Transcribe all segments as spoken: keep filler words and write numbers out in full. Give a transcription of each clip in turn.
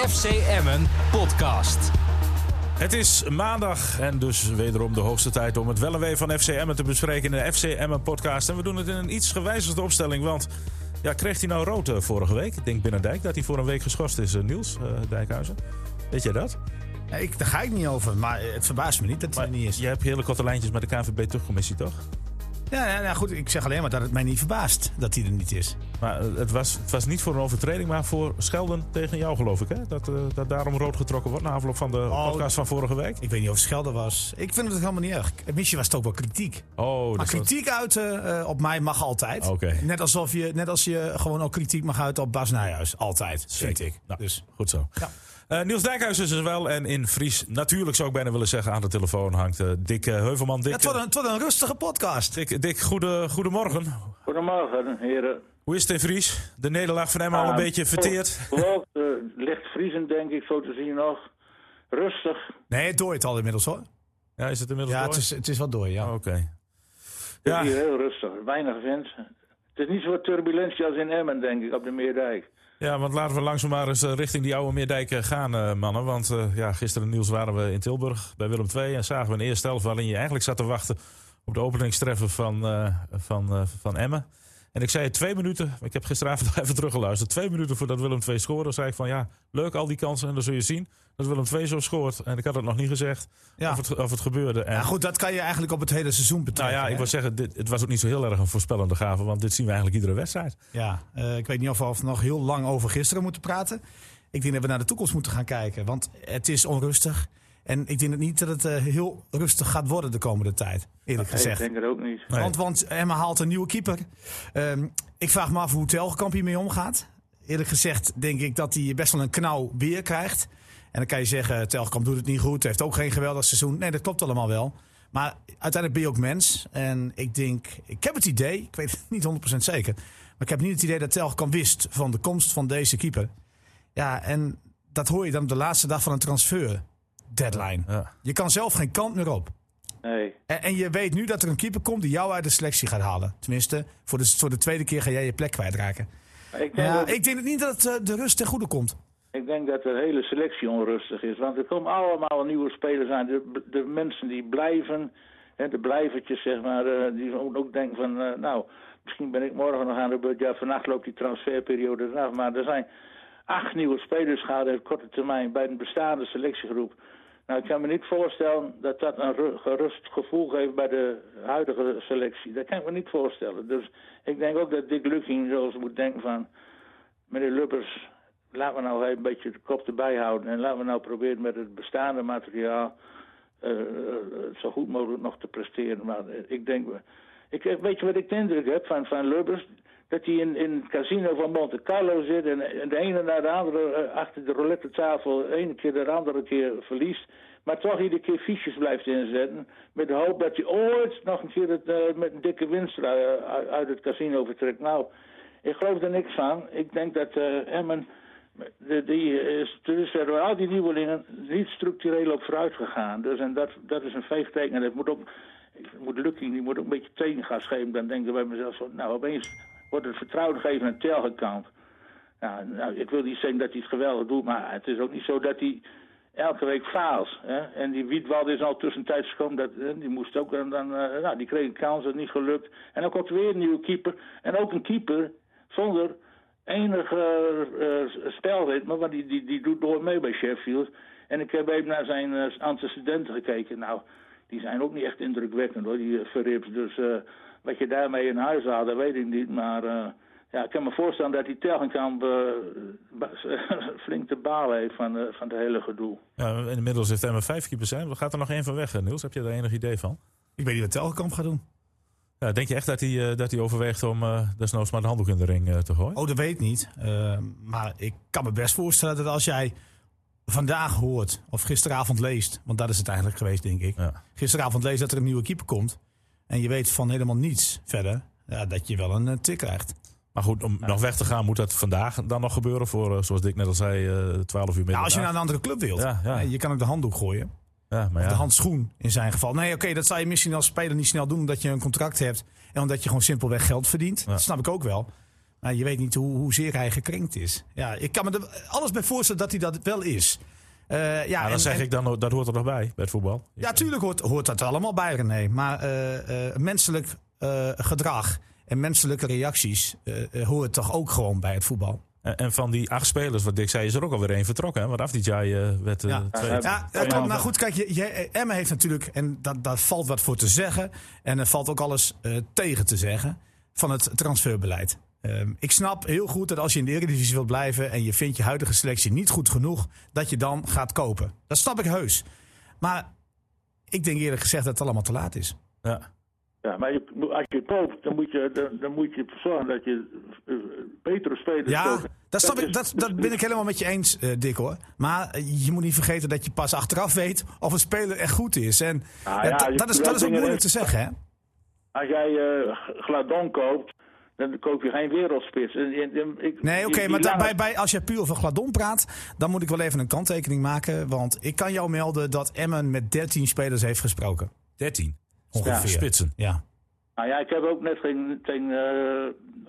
F C Emmen podcast. Het is maandag en dus wederom de hoogste tijd om het wel en wee van F C Emmen te bespreken in de F C Emmen podcast. En we doen het in een iets gewijzigde opstelling, want ja, kreeg hij nou rood uh, vorige week? Ik denk Binnendijk dat hij voor een week geschorst is, uh, Niels uh, Dijkhuizen. Weet jij dat? Ja, ik, daar ga ik niet over, maar het verbaast me niet dat het er niet is. Je hebt hele korte lijntjes met de K N V B-terugcommissie, toch? Ja, ja, ja, goed, ik zeg alleen maar dat het mij niet verbaast dat hij er niet is. Maar uh, het, was, het was niet voor een overtreding, maar voor schelden tegen jou, geloof ik, hè? Dat, uh, dat daarom rood getrokken wordt na afloop van de oh, podcast van vorige week. Ik weet niet of het schelden was. Ik vind het helemaal niet erg. Misschien was het ook wel kritiek. Oh, maar kritiek wat... uiten uh, op mij mag altijd. Okay. Net, alsof je, net als je gewoon ook kritiek mag uiten op Bas Nijhuis. Altijd, vind ik. Nou, dus. Goed zo. Ja. Uh, Niels Dijkhuis is er wel en in Fries natuurlijk, zou ik bijna willen zeggen, aan de telefoon hangt uh, Dick uh, Heuvelman. Dick, ja, het, wordt een, het wordt een rustige podcast. Dick, Dick goede, goedemorgen. Goedemorgen, heren. Hoe is het in Fries? De nederlaag van Emmen ah, al een beetje verteerd? Wel, uh, licht vriezend denk ik, zo te zien nog. Rustig. Nee, het dooit al inmiddels hoor. Ja, is het inmiddels ja, door? het is, het is wat door, ja. Oh, Oké. Okay. Ja. Het is hier heel rustig, weinig wind. Het is niet zo turbulentie als in Emmen, denk ik, op de Meerdijk. Ja, want laten we langzaam maar eens richting die oude Meerdijk gaan, uh, mannen. Want uh, ja, gisteren, Niels, waren we in Tilburg bij Willem twee en zagen we een eerste helft waarin je eigenlijk zat te wachten op de openingstreffer van, uh, van, uh, van Emmen. En ik zei twee minuten, ik heb gisteravond nog even teruggeluisterd, twee minuten voordat Willem twee scoorde, zei ik van ja, leuk al die kansen en dan zul je zien dat Willem twee zo scoort. En ik had het nog niet gezegd ja. of, het, of het gebeurde. En ja, goed, dat kan je eigenlijk op het hele seizoen betrekken. Nou ja, ik wil zeggen, dit, het was ook niet zo heel erg een voorspellende gave, want dit zien we eigenlijk iedere wedstrijd. Ja, uh, ik weet niet of we nog heel lang over gisteren moeten praten. Ik denk dat we naar de toekomst moeten gaan kijken, want het is onrustig. En ik denk niet dat het uh, heel rustig gaat worden de komende tijd, eerlijk nee, gezegd. Ik denk het ook niet. Nee. Want, want Emma haalt een nieuwe keeper. Um, ik vraag me af hoe Telgekamp hiermee omgaat. Eerlijk gezegd denk ik dat hij best wel een knauw weer krijgt. En dan kan je zeggen, Telgekamp doet het niet goed. Heeft ook geen geweldig seizoen. Nee, dat klopt allemaal wel. Maar uiteindelijk ben je ook mens. En ik denk, ik heb het idee, ik weet het niet honderd procent zeker. Maar ik heb niet het idee dat Telgekamp wist van de komst van deze keeper. Ja, en dat hoor je dan op de laatste dag van een transfer. Deadline. Ja. Je kan zelf geen kant meer op. Nee. En, en je weet nu dat er een keeper komt die jou uit de selectie gaat halen. Tenminste, voor de, voor de tweede keer ga jij je plek kwijtraken. Ik denk, ja, dat, ik denk niet dat het uh, de rust ten goede komt. Ik denk dat de hele selectie onrustig is. Want er komen allemaal nieuwe spelers aan. De, de mensen die blijven, hè, de blijvertjes zeg maar, uh, die ook denken van, uh, nou, misschien ben ik morgen nog aan de beurt. Ja, vannacht loopt die transferperiode eraf. Maar er zijn acht nieuwe spelers gehaald op korte termijn bij een bestaande selectiegroep. Nou, ik kan me niet voorstellen dat dat een gerust gevoel geeft bij de huidige selectie. Dat kan ik me niet voorstellen. Dus ik denk ook dat Dick Lukien zoals moet denken van, meneer Lubbers, laten we nou even een beetje de kop erbij houden. En laten we nou proberen met het bestaande materiaal uh, uh, zo goed mogelijk nog te presteren. Maar uh, ik denk, ik, weet je wat ik de indruk heb van, van Lubbers? Dat hij in, in het casino van Monte Carlo zit en de ene na de andere uh, achter de roulette tafel de ene keer de andere keer verliest. Maar toch iedere keer fiches blijft inzetten. Met de hoop dat hij ooit nog een keer het, uh, met een dikke winst uh, uit het casino vertrekt. Nou, ik geloof er niks van. Ik denk dat uh, Emmen, de, die is, dus er al die nieuwelingen niet structureel op vooruit gegaan. Dus en dat, dat is een veegteken. En dat moet ook, moet Lukking, die moet ook een beetje tegengas geven. Dan denk ik bij mezelf zo, nou opeens wordt het vertrouwen gegeven aan Telgekamp. Nou, nou, ik wil niet zeggen dat hij het geweldig doet, maar het is ook niet zo dat hij elke week faalt. Hè? En die Wiedwald is al tussentijds gekomen, dat, die moest ook, en dan, uh, nou, die kreeg een kans, dat is niet gelukt. En dan komt er weer een nieuwe keeper. En ook een keeper zonder enige uh, spelritme, want die, die, die doet door mee bij Sheffield. En ik heb even naar zijn uh, antecedenten gekeken. Nou, die zijn ook niet echt indrukwekkend hoor, die uh, Verrips. Dus uh, wat je daarmee in huis haalt, dat weet ik niet. Maar uh, ja, ik kan me voorstellen dat die Telgekamp uh, flink de baal heeft van, uh, van het hele gedoe. Ja, inmiddels heeft Emmen vijf keepers zijn. Gaat er nog één van weg, Niels? Heb je daar enig idee van? Ik weet niet wat Telgekamp gaat doen. Ja, denk je echt dat hij, uh, dat hij overweegt om uh, desnoods maar de handdoek in de ring uh, te gooien? Oh, dat weet ik niet. Uh, maar ik kan me best voorstellen dat als jij vandaag hoort, of gisteravond leest, want dat is het eigenlijk geweest, denk ik. Ja. Gisteravond leest dat er een nieuwe keeper komt en je weet van helemaal niets verder, ja, dat je wel een uh, tik krijgt. Maar goed, om ja. nog weg te gaan, moet dat vandaag dan nog gebeuren voor, uh, zoals Dick net al zei, uh, twaalf uur middag. Ja, als je naar een andere club wilt. Ja, ja. Je kan ook de handdoek gooien. Ja, maar ja. Of de handschoen in zijn geval. Nee, oké, okay, dat zou je misschien als speler niet snel doen omdat je een contract hebt en omdat je gewoon simpelweg geld verdient. Ja. Dat snap ik ook wel. Maar je weet niet hoe, hoezeer hij gekrenkt is. Ja, ik kan me er alles bij voorstellen dat hij dat wel is. Uh, ja, maar dan en, zeg en, ik dan, dat hoort er nog bij, bij het voetbal. Ja, tuurlijk hoort, hoort dat allemaal bij, René. Maar uh, uh, menselijk uh, gedrag en menselijke reacties uh, uh, hoort toch ook gewoon bij het voetbal. En, en van die acht spelers, wat Dick zei, is er ook alweer één vertrokken. Hè? Want Afdijay uh, werd uh, ja. twee. Ja, ja, ja, ja, nou goed, kijk, je, je, Emmen heeft natuurlijk, en dat, daar valt wat voor te zeggen. En er valt ook alles uh, tegen te zeggen van het transferbeleid. Um, ik snap heel goed dat als je in de Eredivisie wilt blijven en je vindt je huidige selectie niet goed genoeg, dat je dan gaat kopen. Dat snap ik heus. Maar ik denk eerlijk gezegd dat het allemaal te laat is. Ja. Ja, maar je, als je koopt, dan moet je, dan, dan moet je zorgen dat je uh, betere spelers ja, koopt. Dat, snap ik, dat, dat ben ik helemaal met je eens, uh, Dick, hoor. Maar uh, je moet niet vergeten dat je pas achteraf weet of een speler echt goed is. En nou, ja, ja, dat, dat is, dat is ook moeilijk heeft, te zeggen, hè? Als jij uh, Gladon koopt, dan koop je geen wereldspits. Ik, nee, oké, okay, maar lange... bij, bij, als je puur over Gladon praat, dan moet ik wel even een kanttekening maken. Want ik kan jou melden dat Emmen met dertien spelers heeft gesproken. dertien? Ongeveer. Ja. Spitsen. Ja. Nou ja, ik heb ook net tegen, tegen uh,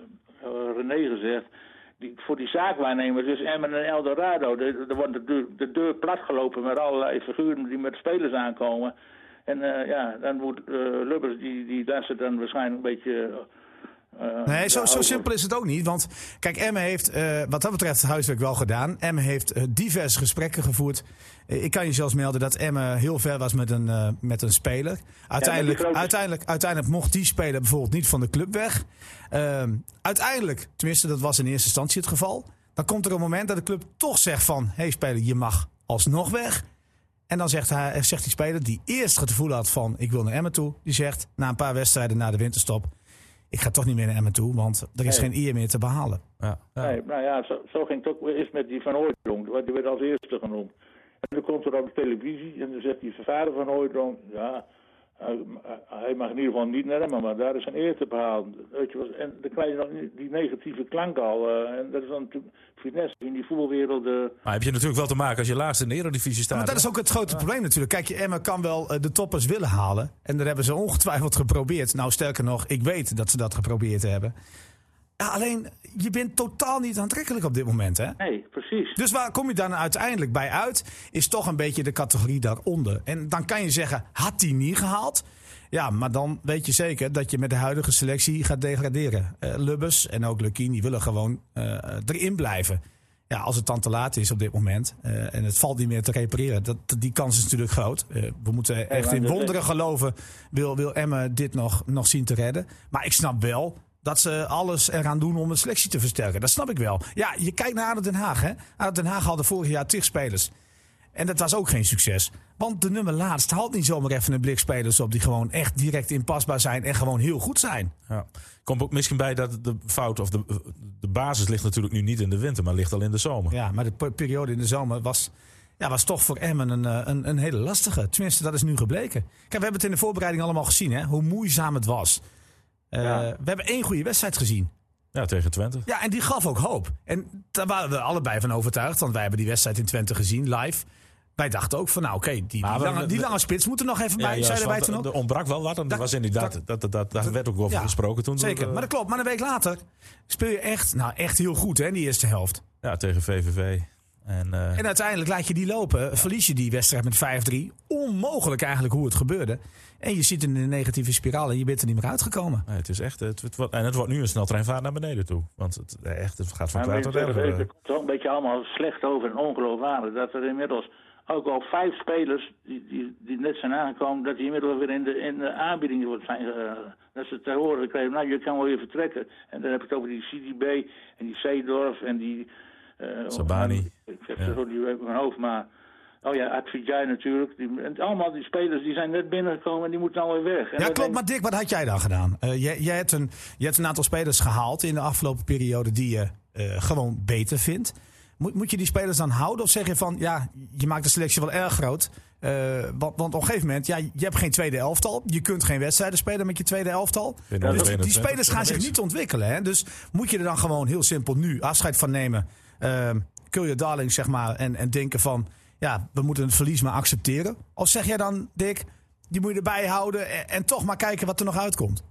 uh, René gezegd. Die, voor die zaakwaarnemers is Emmen en Eldorado. Er wordt de deur, de deur platgelopen met allerlei figuren die met spelers aankomen. En uh, ja, dan moet uh, Lubbers, die, die daar zit dan waarschijnlijk een beetje... Uh, nee, zo, zo simpel is het ook niet. Want kijk, Emmen heeft uh, wat dat betreft het huiswerk wel gedaan. Emmen heeft uh, diverse gesprekken gevoerd. Uh, ik kan je zelfs melden dat Emmen heel ver was met een, uh, met een speler. Uiteindelijk, ja, grote... uiteindelijk, uiteindelijk mocht die speler bijvoorbeeld niet van de club weg. Uh, uiteindelijk, tenminste dat was in eerste instantie het geval. Dan komt er een moment dat de club toch zegt van... hé hey, speler, je mag alsnog weg. En dan zegt, hij, zegt die speler die eerst het gevoel had van... ik wil naar Emmen toe. Die zegt na een paar wedstrijden na de winterstop... ik ga toch niet meer naar Emmen toe, want er is nee. geen eer meer te behalen. Ja, ja. Nee, nou ja, zo, zo ging het ook eens met die Van Hooijdonk. Die werd als eerste genoemd. En dan komt er op de televisie en dan zegt die vader van Hooijdonk... ja, hij, hij mag in ieder geval niet naar Emmen, maar daar is een eer te behalen. Weet je wat, en dan krijg je nog die negatieve klank al. Uh, en dat is dan natuurlijk finesse in die voetbalwereld. Uh... Maar heb je natuurlijk wel te maken als je laatst in de Eredivisie staat. Maar dat is ook het grote ja. probleem natuurlijk. Kijk, je Emmen kan wel uh, de toppers willen halen. En daar hebben ze ongetwijfeld geprobeerd. Nou, sterker nog, ik weet dat ze dat geprobeerd hebben. Ja, alleen, je bent totaal niet aantrekkelijk op dit moment, hè? Nee, precies. Dus waar kom je dan uiteindelijk bij uit? Is toch een beetje de categorie daaronder. En dan kan je zeggen, had die niet gehaald? Ja, maar dan weet je zeker dat je met de huidige selectie gaat degraderen. Uh, Lubbers en ook Lukien, die willen gewoon uh, erin blijven. Ja, als het dan te laat is op dit moment uh, en het valt niet meer te repareren, dat, die kans is natuurlijk groot. Uh, we moeten echt in wonderen geloven, wil, wil Emmen dit nog, nog zien te redden. Maar ik snap wel dat ze alles eraan doen om de selectie te versterken. Dat snap ik wel. Ja, je kijkt naar A D O Den Haag. Hè? A D O Den Haag hadden vorig jaar tig spelers. En dat was ook geen succes. Want de nummer laatst haalt niet zomaar even een blik spelers op die gewoon echt direct inpasbaar zijn en gewoon heel goed zijn. Ja. Komt ook misschien bij dat de fout of de, de basis ligt natuurlijk nu niet in de winter, maar ligt al in de zomer. Ja, maar de periode in de zomer was, ja, was toch voor Emmen een, een, een hele lastige. Tenminste, dat is nu gebleken. Kijk, we hebben het in de voorbereiding allemaal gezien, hè, hoe moeizaam het was. Uh, ja. We hebben één goede wedstrijd gezien. Ja, tegen Twente. Ja, en die gaf ook hoop. En daar waren we allebei van overtuigd, want wij hebben die wedstrijd in Twente gezien, live. Wij dachten ook van, nou oké, okay, die, die, lange, die lange spits moet er nog even bij, ja, zeiden wij toen ook. Er ontbrak wel wat, en dat was inderdaad, dat, dat, dat, dat, daar werd ook over ja, gesproken toen. Zeker, door, uh, maar dat klopt. Maar een week later speel je echt, nou echt heel goed, hè, in die eerste helft. Ja, tegen V V V. En, uh, en uiteindelijk laat je die lopen, ja. verlies je die wedstrijd met vijf drie. Onmogelijk eigenlijk hoe het gebeurde. En je zit in een negatieve spiraal en je bent er niet meer uitgekomen. Nee, het is echt, het, het wordt, en het wordt nu een sneltreinvaart naar beneden toe. Want het, echt, het gaat van kwaad tot erger. Het komt ook een beetje allemaal slecht over en ongeloofwaardig. Dat er inmiddels ook al vijf spelers die, die, die net zijn aangekomen, dat die inmiddels weer in de, in de aanbiedingen zijn. Uh, dat ze te horen gekregen, nou je kan wel weer vertrekken. En dan heb ik het over die C D B en die Seedorf en die... Uh, Sabani. Ik heb ja. zo die uit mijn hoofd, maar... Oh ja, Advijay natuurlijk. Die, en allemaal die spelers die zijn net binnengekomen en die moeten alweer weg. En ja, klopt. denk... Maar Dick, wat had jij dan gedaan? Uh, jij, jij, hebt een, je hebt een aantal spelers gehaald in de afgelopen periode die je uh, gewoon beter vindt. Moet, moet je die spelers dan houden of zeg je van... ja, je maakt de selectie wel erg groot. Uh, want, want op een gegeven moment, ja, je hebt geen tweede elftal. Je kunt geen wedstrijden spelen met je tweede elftal. Ja, dus die, die spelers gaan zich niet ontwikkelen. Hè? Dus moet je er dan gewoon heel simpel nu afscheid van nemen. Uh, Kill your darling, zeg maar. En, en denken van... ja, we moeten het verlies maar accepteren. Of zeg jij dan, Dick, die moet je erbij houden en, en toch maar kijken wat er nog uitkomt?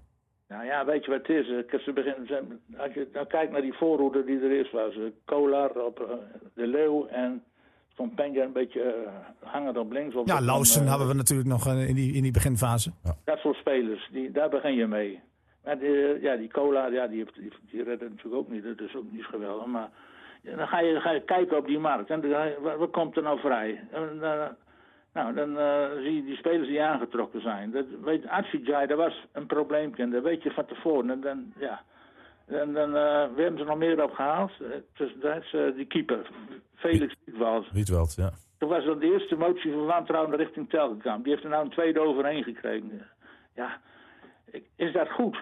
Nou ja, weet je wat het is? Ze beginnen, als je nou kijkt naar die voorhoede die er is, was Kolar op uh, de Leeuw en stond Penja een beetje uh, hangend op links. Op ja, Lausen uh, hadden we natuurlijk nog uh, in, die, in die beginfase. Ja. Dat soort spelers, die, daar begin je mee. Maar die, ja, die Kolar, ja, die, die, die redden natuurlijk ook niet. Dat is ook niet geweldig. Maar ja, dan, ga je, dan ga je kijken op die markt. En dan, wat, wat komt er nou vrij? En, uh, Nou, dan uh, zie je die spelers die aangetrokken zijn. Dat, weet, Atsigay, dat was een probleempje. Dat weet je van tevoren. En dan, ja. En dan, uh, we hebben ze nog meer opgehaald. Tussentijds uh, die keeper, Felix Rietveld. Rietveld, ja. Toen was dat de eerste motie van wantrouwen richting Telgekamp. Die heeft er nou een tweede overheen gekregen. Ja, is dat goed?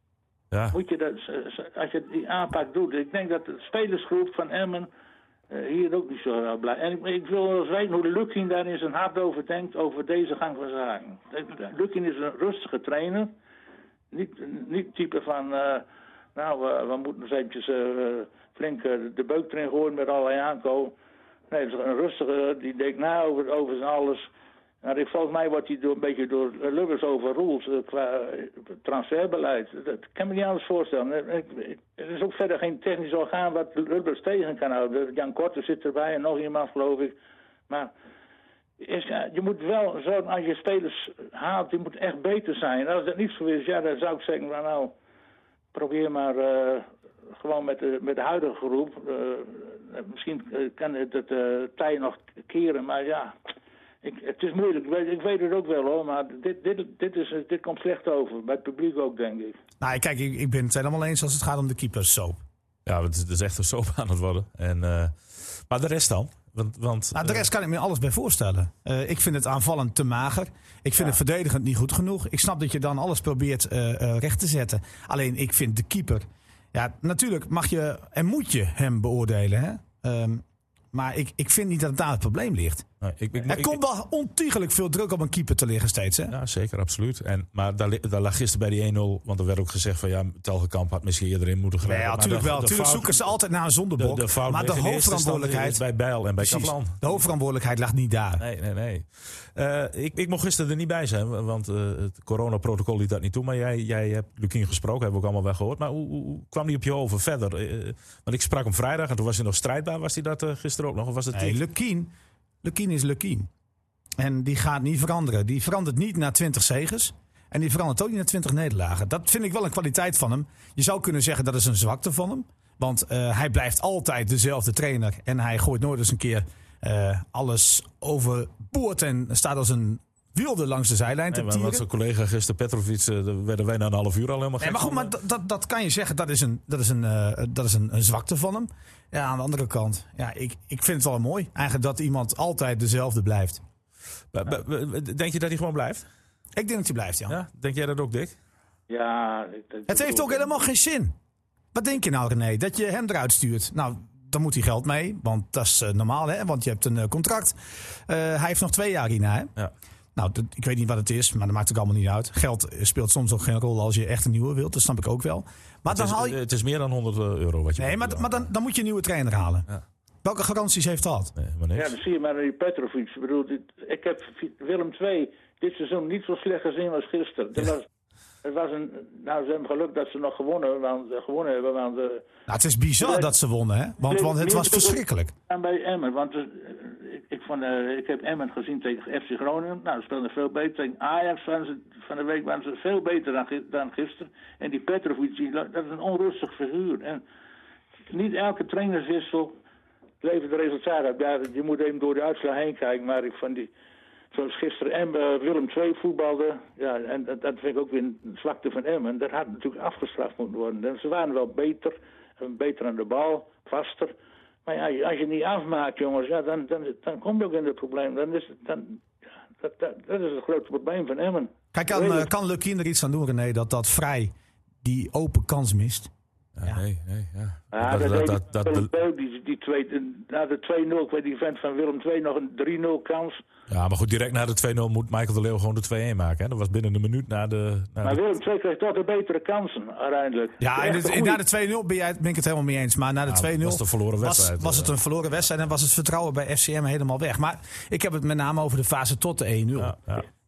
Ja. Moet je dat, als je die aanpak doet. Ik denk dat de spelersgroep van Emmen Uh, hier ook niet zo wel blij. En ik, ik wil wel eens weten hoe de Lukin daar in zijn hart over denkt, over deze gang van zaken. Lukin is een rustige trainer. Niet, niet type van, uh, nou, uh, we moeten eens eventjes uh, flink uh, de beuk erin gooien met allerlei aankoop. Nee, het is een rustige, die denkt na over, over zijn alles. En volgens mij wordt hij door, een beetje door Lubbers overroeld uh, qua transferbeleid. Dat kan me niet anders voorstellen. Er is ook verder geen technisch orgaan wat Lubbers tegen kan houden. Jan Korte zit erbij en nog iemand, geloof ik. Maar is, ja, je moet wel, zo, als je spelers haalt, die moet echt beter zijn. En als dat niet zo is, ja, dan zou ik zeggen, nou, nou probeer maar uh, gewoon met de, met de huidige groep. Uh, misschien uh, kan het het uh, tij nog keren, maar ja... Ik, het is moeilijk, ik weet, ik weet het ook wel hoor, maar dit, dit, dit, is, dit komt slecht over. Bij het publiek ook, denk ik. Nou, kijk, ik, ik ben het helemaal eens als het gaat om de keepersoap. Ja, het is, het is echt een soap aan het worden. En, uh, maar de rest dan? Want, want, nou, de rest kan ik me alles bij voorstellen. Uh, ik vind het aanvallend te mager. Ik vind ja. het verdedigend niet goed genoeg. Ik snap dat je dan alles probeert uh, uh, recht te zetten. Alleen, ik vind de keeper... Ja, natuurlijk mag je en moet je hem beoordelen, hè. Um, Maar ik, ik vind niet dat het daar het probleem ligt. Nee, ik, ik, er ik, komt wel ontiegelijk veel druk op een keeper te liggen steeds. Hè? Ja, zeker, absoluut. En, maar daar, daar lag gisteren bij die één nul... want er werd ook gezegd van ja, Telgekamp had misschien eerder in moeten grijpen. Ja, natuurlijk wel. Natuurlijk zoeken ze altijd naar een zondebok. De, de maar de hoofdverantwoordelijkheid... bij Bijl en bij Kaplan. De hoofdverantwoordelijkheid lag niet daar. Nee, nee, nee. Uh, ik, ik mocht gisteren er niet bij zijn, want uh, het coronaprotocol liet dat niet toe. Maar jij, jij hebt Lukin gesproken, hebben we ook allemaal wel gehoord. Maar hoe, hoe kwam die op je over verder? Uh, want ik sprak hem vrijdag en toen was hij nog strijdbaar. Was hij dat uh, gisteren ook nog? Of was het nee, Lukin, Lukin is Lukin. En die gaat niet veranderen. Die verandert niet naar twintig zeges. En die verandert ook niet naar twintig nederlagen. Dat vind ik wel een kwaliteit van hem. Je zou kunnen zeggen dat is een zwakte van hem. Want uh, hij blijft altijd dezelfde trainer. En hij gooit nooit eens een keer uh, alles overboord. En staat als een wilde langs de zijlijn te tieren. Nee, wat zijn collega gisteren Petrovic, uh, daar werden wij na een half uur al helemaal gek. Nee, maar goed, maar dat, dat, dat kan je zeggen. Dat is een, dat is een, uh, dat is een, een zwakte van hem. Ja, aan de andere kant. Ja, ik, ik vind het wel mooi. Eigenlijk dat iemand altijd dezelfde blijft. Ja. Denk je dat hij gewoon blijft? Ik denk dat hij blijft, ja. ja. Denk jij dat ook, Dick? Ja. Ik, ik, het heeft ook helemaal geen zin. Wat denk je nou, René? Dat je hem eruit stuurt. Nou, dan moet hij geld mee. Want dat is uh, normaal, hè? Want je hebt een uh, contract. Uh, hij heeft nog twee jaar hierna, hè? Ja. Nou, dat, ik weet niet wat het is, maar dat maakt ook allemaal niet uit. Geld speelt soms ook geen rol als je echt een nieuwe wilt. Dat snap ik ook wel. Maar het, dan is, haal je... het is meer dan honderd euro wat je... Nee, maar, maar dan, dan moet je een nieuwe trainer halen. Ja. Welke garanties heeft dat? Nee, maar niks. Ja, dat zie je maar aan die Petrovic. Ik bedoel, dit, ik heb Willem twee dit seizoen niet zo slecht gezien als gisteren. Ja. Was, het was een, nou, ze hebben geluk dat ze nog gewonnen, want, uh, gewonnen hebben. Want, uh, nou, het is bizar dat ze wonnen, hè? Want, want het was verschrikkelijk. En bij Emmen, want uh, ik, ik, vond, uh, ik heb Emmen gezien tegen F C Groningen. Nou, ze speelden veel beter. Tegen Ajax van, ze, van de week waren ze veel beter dan, dan gisteren. En die Petrovic, dat is een onrustig figuur. En niet elke trainerswissel levert de resultaat op. Ja, je moet even door de uitslag heen kijken, maar ik vond die... Zoals gisteren Emmen, Willem twee voetbalde. Ja, en dat, dat vind ik ook weer een zwakte van Emmen. Dat had natuurlijk afgestraft moeten worden. En ze waren wel beter. Beter aan de bal, vaster. Maar ja, als je het niet afmaakt, jongens, ja, dan, dan, dan kom je ook in het probleem. Dan is het, dan, ja, dat, dat, dat is het grote probleem van Emmen. Kijk, kan, uh, kan Lukin er iets aan doen, René, dat dat Vrij die open kans mist? Ja, ja. Nee, nee, ja. Ja, dat, dat, dat, dat, dat, dat, die, die twee, na de twee nul, ik weet die vent van Willem twee nog een drie nul kans. Ja, maar goed, direct na de twee nul moet Michael de Leeuw gewoon de twee-een maken. Hè? Dat was binnen een minuut na de... Na maar de... Willem twee kreeg toch de betere kansen, uiteindelijk. Ja, en de, na de twee nul ben, jij, ben ik het helemaal mee eens. Maar na de ja, twee nul was, verloren wedstrijd, was, was het een verloren wedstrijd en was het vertrouwen bij F C M helemaal weg. Maar ik heb het met name over de fase tot de één nul. Ja, ja.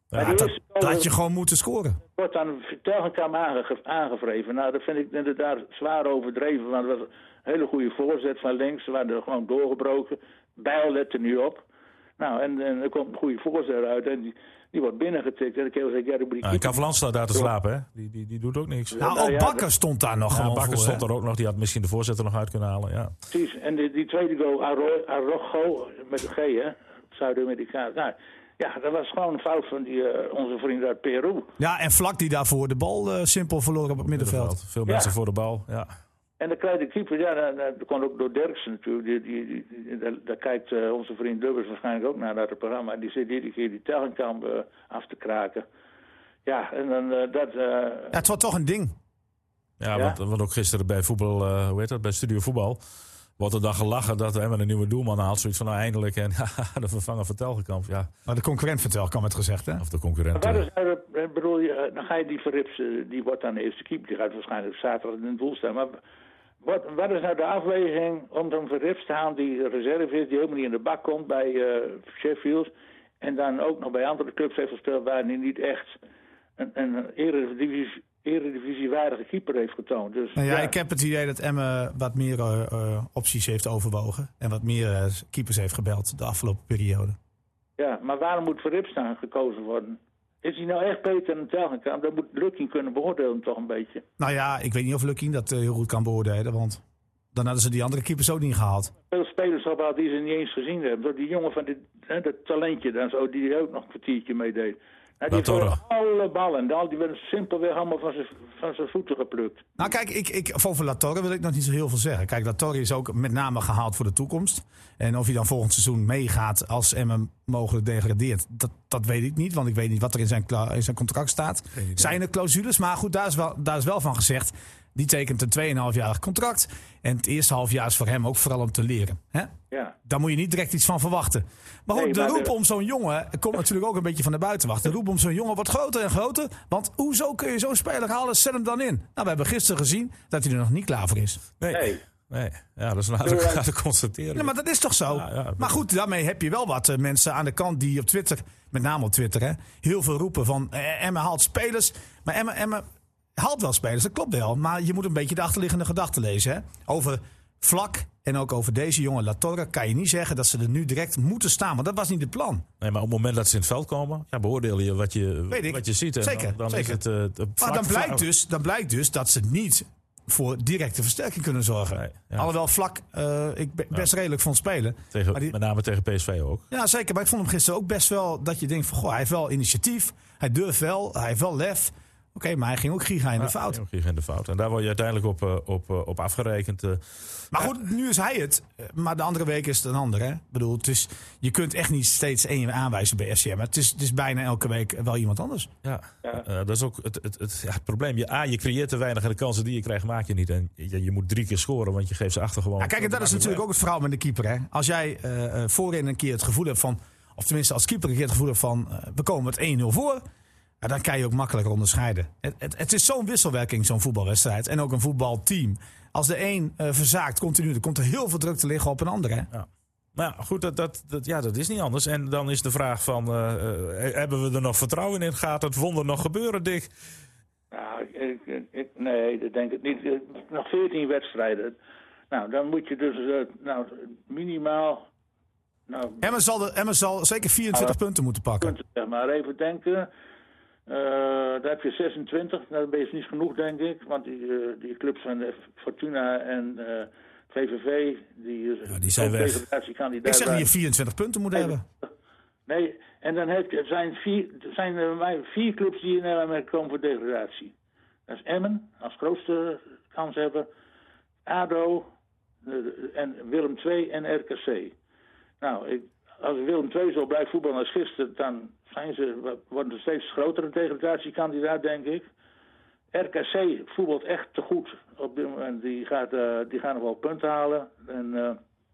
Ja, ja, dat, dat had je gewoon moeten scoren. Wordt dan Telgenkamp aange, aangevreven. Nou, dat vind ik inderdaad zwaar overdreven. Want het was een hele goede voorzet van links. Ze waren er gewoon doorgebroken. Bijl lette nu op. Nou, en, en er komt een goede voorzet uit. En die, die wordt binnengetikt. En dan kan je zeggen, ja, de nou, Kavalan staat daar te slapen, hè? Die, die, die doet ook niks. Nou, nou ook ja, Bakker stond daar nog ja, gewoon Bakker voor, stond hè? er ook nog. Die had misschien de voorzitter nog uit kunnen halen, ja. Precies. En die, die tweede goal, Arrojo, met de G, hè? Zuid-Amerikaan. Nou, ja, dat was gewoon een fout van die, uh, onze vriend uit Peru. Ja, en Vlak die daarvoor de bal uh, simpel verloren op het middenveld. middenveld. Veel mensen ja. voor de bal, ja. En dan krijgt de keeper, ja, dat kon ook door Derksen natuurlijk. Die, die, die, die, daar, daar kijkt uh, onze vriend Lubbers waarschijnlijk ook naar, naar het programma. Die zit iedere keer die Telgenkamp uh, af te kraken. Ja, en dan uh, dat... Uh, ja, het was toch een ding. Ja, ja? Want, want ook gisteren bij voetbal, uh, hoe heet dat, bij Studio Voetbal... wordt er dan gelachen dat Emmen een nieuwe doelman haalt. Zoiets van nou eindelijk. En de vervanger van Telgenkamp. Ja. Maar de concurrent van Telgenkamp werd gezegd, hè? Of de concurrent. Maar is nou de, bedoel je, dan ga je die Verrips, die wordt dan de eerste keeper. Die gaat waarschijnlijk zaterdag in het doel staan. Maar wat, wat is nou de afweging om zo'n Verrips te halen die reserve is, die helemaal niet in de bak komt bij uh, Sheffield. En dan ook nog bij andere clubs heeft gespeeld waar hij niet echt een, een eredivisie... eredivisiewaardige keeper heeft getoond. Dus, nou ja, ja, ik heb het idee dat Emmen wat meer uh, uh, opties heeft overwogen. En wat meer uh, keepers heeft gebeld de afgelopen periode. Ja, maar waarom moet Verrips dan gekozen worden? Is hij nou echt beter dan Telgenkamp? Dan moet Lukking kunnen beoordelen toch een beetje. Nou ja, ik weet niet of Lukking dat uh, heel goed kan beoordelen. Want dan hadden ze die andere keepers ook niet gehaald. Veel spelers al die ze niet eens gezien hebben. Door die jongen van dit, hè, dat talentje dan zo, die ook nog een kwartiertje meedeed. Nou, die hebben alle ballen. Al die werden simpelweg allemaal van zijn, van zijn voeten geplukt. Nou kijk, ik, ik, over La Torre wil ik nog niet zo heel veel zeggen. Kijk, La Torre is ook met name gehaald voor de toekomst. En of hij dan volgend seizoen meegaat als Emmen mogelijk degradeert, dat, dat weet ik niet. Want ik weet niet wat er in zijn, in zijn contract staat. Zijn er clausules? Maar goed, daar is wel, daar is wel van gezegd. Die tekent een twee komma vijf jarig contract. En het eerste half jaar is voor hem ook vooral om te leren. Hè? Ja. Daar moet je niet direct iets van verwachten. Maar goed, nee, maar de roep de... om zo'n jongen komt natuurlijk ook een beetje van de buitenwacht. De roep om zo'n jongen wordt groter en groter. Want hoezo kun je zo'n speler halen? Zet hem dan in. Nou, we hebben gisteren gezien dat hij er nog niet klaar voor is. Nee. nee. Nee, ja, dat is laten te constateren. Ja, maar dat is toch zo? Ja, ja, maar goed, daarmee heb je wel wat uh, mensen aan de kant die op Twitter, met name op Twitter, hè, heel veel roepen van uh, Emmen haalt spelers. Maar Emmen, Emmen haalt wel spelers, dat klopt wel. Maar je moet een beetje de achterliggende gedachten lezen. Hè? Over Vlak en ook over deze jonge La Torre kan je niet zeggen dat ze er nu direct moeten staan. Want dat was niet het plan. Nee, maar op het moment dat ze in het veld komen, ja, beoordeel je wat je, wat je ziet. En zeker, dan, dan zeker. Is het, uh, het maar dan blijkt, dus, dan blijkt dus dat ze niet voor directe versterking kunnen zorgen. Nee, ja. Alhoewel Vlak uh, ik be- best ja. redelijk vond spelen. Tegen, maar die, met name tegen P S V ook. Ja, zeker. Maar ik vond hem gisteren ook best wel dat je denkt van, goh, hij heeft wel initiatief. Hij durft wel. Hij heeft wel lef. Oké, okay, maar hij ging ook giga in de ja, fout. Hij ging ook in de fout. En daar word je uiteindelijk op, uh, op, uh, op afgerekend. Uh, maar goed, uh, nu is hij het. Maar de andere week is het een ander. Hè? Ik bedoel, het is, je kunt echt niet steeds één aanwijzen bij F C M. Het is, het is bijna elke week wel iemand anders. Ja, ja. Uh, dat is ook het, het, het, ja, het probleem. Je, A, je creëert te weinig en de kansen die je krijgt maak je niet. En je, je moet drie keer scoren, want je geeft ze achter gewoon. Ja, kijk, en dat is natuurlijk weg. Ook het verhaal met de keeper. Hè? Als jij uh, voorin een keer het gevoel hebt van, of tenminste als keeper een keer het gevoel hebt van, uh, we komen met één nul voor. Ja, dan kan je ook makkelijker onderscheiden. Het, het, het is zo'n wisselwerking, zo'n voetbalwedstrijd. En ook een voetbalteam. Als de een uh, verzaakt continu, dan komt er heel veel druk te liggen op een ander. Hè? Ja. Nou ja, goed, dat, dat, dat, ja, dat is niet anders. En dan is de vraag van, uh, uh, hebben we er nog vertrouwen in? Gaat het wonder nog gebeuren, Dick? Nou, ik, ik, nee, dat denk ik niet. Nog veertien wedstrijden. Nou, dan moet je dus uh, nou, minimaal... Nou, Emmen zal, de, Emmen zal zeker vierentwintig nou, punten moeten pakken. Punten, zeg maar even denken. Uh, daar heb je zesentwintig. Nou, dat is niet genoeg, denk ik. Want die, uh, die clubs van Fortuna en uh, V V V... Die, ja, die zijn weg. Ik zeg dat je vierentwintig punten moet hebben. Nee, en dan heb je, zijn, vier, zijn er vier clubs die in Nederland komen voor degradatie. Dat is Emmen, als grootste kans hebben. A D O uh, en Willem twee en R K C. Nou, ik, als Willem twee zo blijft voetballen als gisteren, dan zijn ze, worden ze steeds grotere degradatiekandidaat, denk ik. R K C voetbalt echt te goed op dit moment. Die, gaat, uh, die gaan nog wel punten halen. En, uh,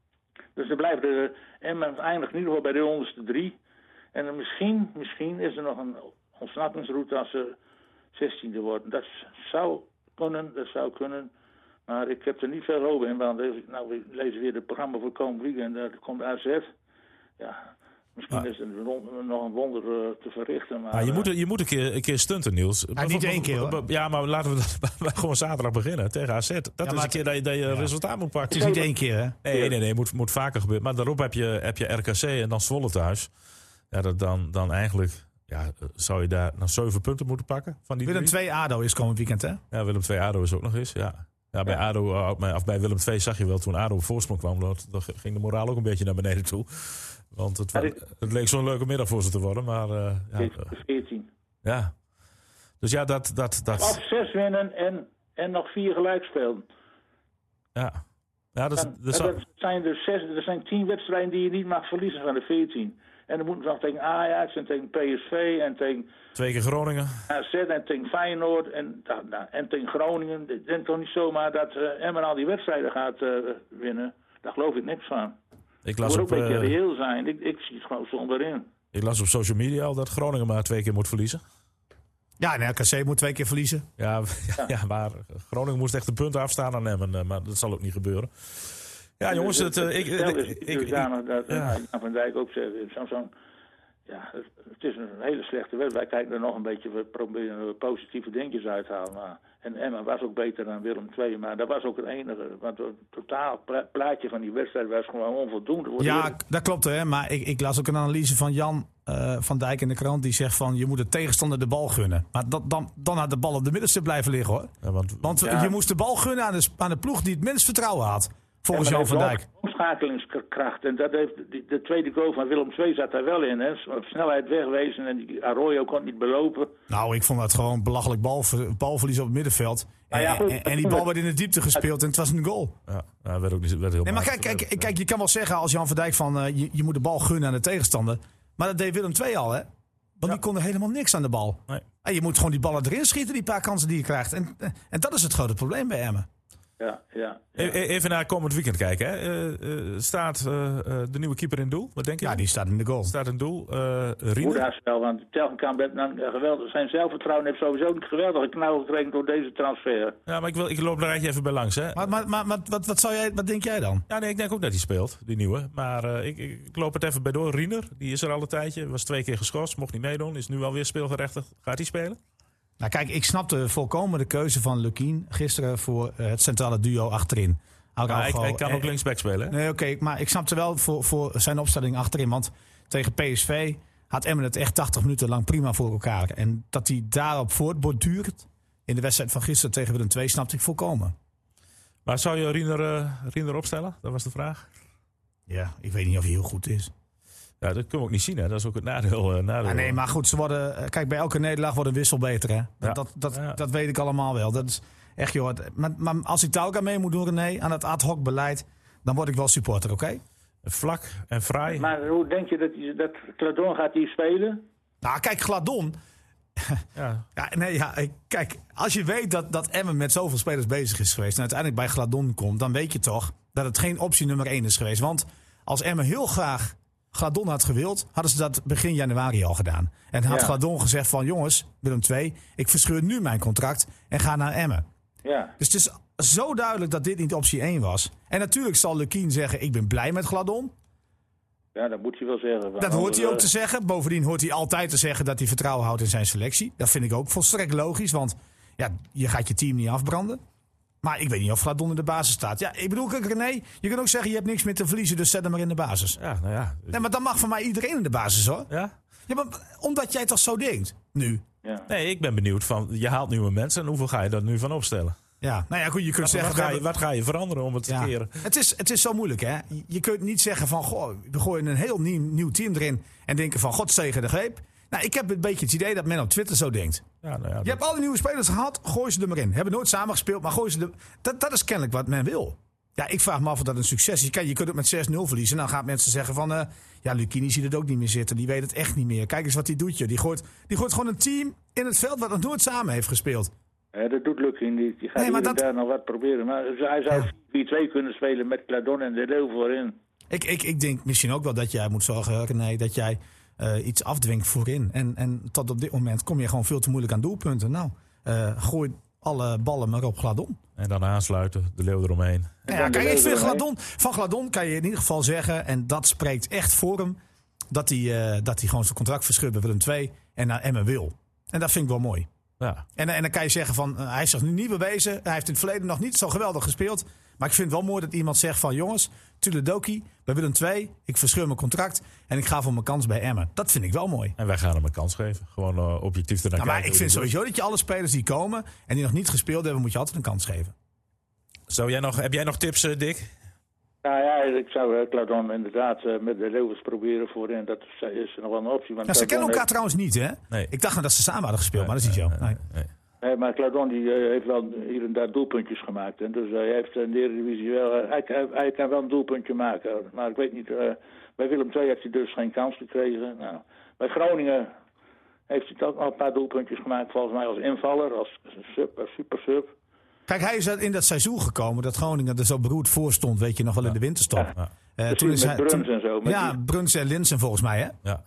dus er blijven de Emmen eindigt in ieder geval bij de onderste drie. En dan misschien, misschien is er nog een ontsnappingsroute als ze zestiende worden. Dat zou kunnen, dat zou kunnen. Maar ik heb er niet veel hoop in, want nou, we lezen weer het programma voor komend weekend. Er komt A Z. Ja, Misschien Ah. is het een, nog een wonder uh, te verrichten. Maar, Ah, je, uh, moet, je moet een keer, een keer stunten, Niels. Ja, niet één keer, hoor. Ja, maar laten we dat gewoon zaterdag beginnen tegen A Z. Dat Ja, is maar een keer dat je, dat je ja. resultaat moet pakken. Het is niet één keer, hè? Nee, nee, nee. Het moet, moet vaker gebeuren. Maar daarop heb je, heb je R K C en dan Zwolle thuis. Ja, dat dan, dan eigenlijk ja, zou je daar dan zeven punten moeten pakken. Van die Willem drie. twee A D O is komend weekend, hè? Ja, Willem twee A D O is ook nog eens. Ja. Ja, bij, Ja. A D O, uh, of bij Willem twee zag je wel toen A D O op voorsprong kwam. Dat, dat ging de moraal ook een beetje naar beneden toe. Want het, Ja, wa- ik- het leek zo'n leuke middag voor ze te worden. Maar uh, ja, uh, veertien. ja. Dus ja, dat... dat, dat Of zes winnen en, en nog vier gelijk spelen. ja. Ja, dat, is- Dan- dat, en zou- dat zijn er, zes, er zijn tien wedstrijden die je niet mag verliezen van de veertien. En dan moeten ze nog tegen Ajax en tegen P S V en tegen twee keer Groningen. A Z en tegen Feyenoord en, nou, nou, en tegen Groningen. Ik denk toch niet zomaar dat uh, Emmen al die wedstrijden gaat uh, winnen. Daar geloof ik niks van. Ik Het las, moet op, ook een beetje uh, reëel zijn. Ik, ik zie het gewoon zonder in. ik las op social media al dat Groningen maar twee keer moet verliezen. Ja, en R K C moet twee keer verliezen. Ja, ja. ja, maar Groningen moest echt de punten afstaan aan Emmen. uh, Maar dat zal ook niet gebeuren. Ja, jongens, het, uh, ik, Stel ik, is ik, ik, dusdanig dat ja. uh, Jan van Dijk ook zegt, zo'n, zo'n, ja, het, het is een hele slechte wedstrijd. Wij kijken er nog een beetje, we proberen er positieve dingetjes uit te halen. Maar, en Emma was ook beter dan Willem twee, maar dat was ook het enige. Want het totaal pla- plaatje van die wedstrijd was gewoon onvoldoende. Wordt Ja, eerlijk- dat klopt, hè? Maar ik, ik las ook een analyse van Jan uh, van Dijk in de krant. Die zegt van, je moet de tegenstander de bal gunnen. Maar dat, dan, dan had de bal op de middenstip blijven liggen, hoor. ja, want, Want Ja. je moest de bal gunnen aan de, aan de ploeg die het minst vertrouwen had. Volgens Ja, Jan maar van dat Dijk. heeft wel omschakelingskracht. En dat heeft, de, de tweede goal van Willem twee zat daar wel in. Hè. Op snelheid wegwezen en die Arroyo kon niet belopen. Nou, ik vond dat gewoon belachelijk balver, balverlies op het middenveld. En, Nou ja, goed, en, en die bal werd in de diepte gespeeld en het was een goal. ja, ja, werd ook niet, werd heel Nee, maar matig. kijk, kijk, kijk, je kan wel zeggen als Jan van Dijk van uh, je, je moet de bal gunnen aan de tegenstander. Maar dat deed Willem twee al, hè? Want die konden helemaal niks aan de bal. Nee. En je moet gewoon die ballen erin schieten, die paar kansen die je krijgt. En, en dat is het grote probleem bij Emmen. Ja, ja. E- e- Even naar komend weekend kijken. Hè. Uh, uh, staat uh, uh, de nieuwe keeper in doel? Wat denk je? Ja, die staat in de goal. Staat in doel. Uh, Hoe Riener? dat wel, want Telgenkamp heeft dan uh, geweldig. Zijn zelfvertrouwen heeft sowieso een geweldige knauw gekregen door deze transfer. Ja, maar ik, wil, ik loop er rijtje even bij langs. Hè. Maar, maar, maar, maar wat, wat, zou jij, wat denk jij dan? Ja, nee, ik denk ook dat hij speelt, die nieuwe. Maar uh, ik, ik, ik loop het even bij door. Riener, die is er al een tijdje. Was twee keer geschorst, mocht niet meedoen. Is nu alweer speelgerechtigd. Gaat hij spelen? Nou kijk, ik snapte volkomen de keuze van Lukien gisteren voor uh, het centrale duo achterin. Ja, hij, hij kan en, ook linksback spelen. Hè? Nee, oké, okay, maar ik snapte wel voor, voor zijn opstelling achterin. Want tegen P S V had Emmen het echt tachtig minuten lang prima voor elkaar. En dat hij daarop voortborduurt in de wedstrijd van gisteren tegen Willem twee, snapte ik volkomen. Maar zou je Riener, uh, Riener opstellen? Dat was de vraag. Ja, ik weet niet of hij heel goed is. Ja, dat kunnen we ook niet zien, hè. Dat is ook het nadeel. Uh, nadeel. Ja, nee, maar goed, ze worden, kijk, bij elke nederlaag wordt een wissel beter, hè. Dat, Ja. dat, dat, Ja. dat weet ik allemaal wel. Dat is echt, joh. Maar, maar als ik daar ook aan mee moet doen, René, aan het ad hoc beleid, dan word ik wel supporter, oké? Okay? Vlak en fraai. Maar hoe denk je dat, die, dat Cladon gaat die spelen? Nou, kijk, Gladon. Ja. Ja, nee, ja, ik- kijk, als je weet dat, dat Emmen met zoveel spelers bezig is geweest en uiteindelijk bij Gladon komt, dan weet je toch dat het geen optie nummer één is geweest. Want als Emmen heel graag Gladon had gewild, hadden ze dat begin januari al gedaan. En had Ja. Gladon gezegd van, jongens, Willem twee, ik verscheur nu mijn contract en ga naar Emmen. Ja. Dus het is zo duidelijk dat dit niet optie één was. En natuurlijk zal Lukien zeggen, ik ben blij met Gladon. Ja, dat moet je wel zeggen. Dat hoort hij ook te zeggen. Bovendien hoort hij altijd te zeggen dat hij vertrouwen houdt in zijn selectie. Dat vind ik ook volstrekt logisch, want ja, je gaat je team niet afbranden. Maar ik weet niet of Gladon in de basis staat. Ja, ik bedoel, kijk, René, je kan ook zeggen je hebt niks meer te verliezen, dus zet hem maar in de basis. Ja, nou ja. Nee, maar dan mag van mij iedereen in de basis, hoor. Ja? Ja, maar omdat jij toch zo denkt, nu. Ja. Nee, ik ben benieuwd van, je haalt nieuwe mensen en hoeveel ga je daar nu van opstellen? Ja, nou ja, goed, je kunt Wat, zeggen... wat, we ga je, hebben- wat ga je veranderen om het te Ja. keren? Het is, het is zo moeilijk, hè. Je kunt niet zeggen van, goh, we gooien een heel nieuw, nieuw team erin en denken van, god zegen de greep. Nou, ik heb een beetje het idee dat men op Twitter zo denkt. Ja, nou ja, Je dat- hebt al die nieuwe spelers gehad, gooi ze er maar in. Hebben nooit samen gespeeld, maar gooi ze er... Dat, dat is kennelijk wat men wil. Ja, ik vraag me af of dat een succes is. Kijk, je kunt het met zes nul verliezen. Dan gaan mensen zeggen van... Uh, ja, Lucchini ziet het ook niet meer zitten. Die weet het echt niet meer. Kijk eens wat hij doet, joh. Die gooit, die gooit gewoon een team in het veld wat nog nooit samen heeft gespeeld. Ja, dat doet Lukien niet. Die gaat Nee, hier maar en dat- daar nog wat proberen. Maar hij zou Ja. vier twee kunnen spelen met Cladon en de Leeuw voorin. Ik, ik, ik denk misschien ook wel dat jij moet zorgen, René, dat jij uh, iets afdwingt voorin. En, en tot op dit moment kom je gewoon veel te moeilijk aan doelpunten. Nou, uh, gooi alle ballen maar op Gladon. En dan aansluiten, de leeuw eromheen. Ja, dan de kijk, ik Leeuw vind eromheen. Gladon, van Gladon kan je in ieder geval zeggen, en dat spreekt echt voor hem. dat hij, uh, dat hij gewoon zijn contract verscheurt bij Willem twee en naar Emmen wil. En dat vind ik wel mooi. Ja. En, en dan kan je zeggen van, uh, hij heeft zich nu niet bewezen. Hij heeft in het verleden nog niet zo geweldig gespeeld. Maar ik vind het wel mooi dat iemand zegt van, jongens, Tuledoki, bij Willem twee, ik verscheur mijn contract en ik ga voor mijn kans bij Emmen. Dat vind ik wel mooi. En wij gaan hem een kans geven. Gewoon uh, objectief ernaar nou, kijken. Maar ik vind sowieso dat je alle spelers die komen en die nog niet gespeeld hebben, moet je altijd een kans geven. Zou jij nog, heb jij nog tips, uh, Dick? Nou ja, ik zou uh, Claudon inderdaad uh, met de Leeuwers proberen voorin. Dat is nog wel een optie. Want ja, ze kennen elkaar heeft... trouwens niet, hè? Nee. Ik dacht nou dat ze samen hadden gespeeld, nee, maar dat is niet nee, zo. Nee, nee. nee. Nee, maar Claudon die, uh, heeft wel hier en daar doelpuntjes gemaakt. En dus uh, hij heeft in de Eredivisie wel... Uh, hij, hij, hij kan wel een doelpuntje maken. Maar ik weet niet... Uh, bij Willem twee heeft hij dus geen kans gekregen. Nou, bij Groningen heeft hij ook nog een paar doelpuntjes gemaakt. Volgens mij als invaller, als sub, als super sub. Kijk, hij is in dat seizoen gekomen dat Groningen er zo beroerd voor stond, weet je nog wel, in de winterstop. Ja. Uh, Dus toen is met hij, Bruns toen, en zo. Ja, die... Bruns en Linsen volgens mij, hè? Ja.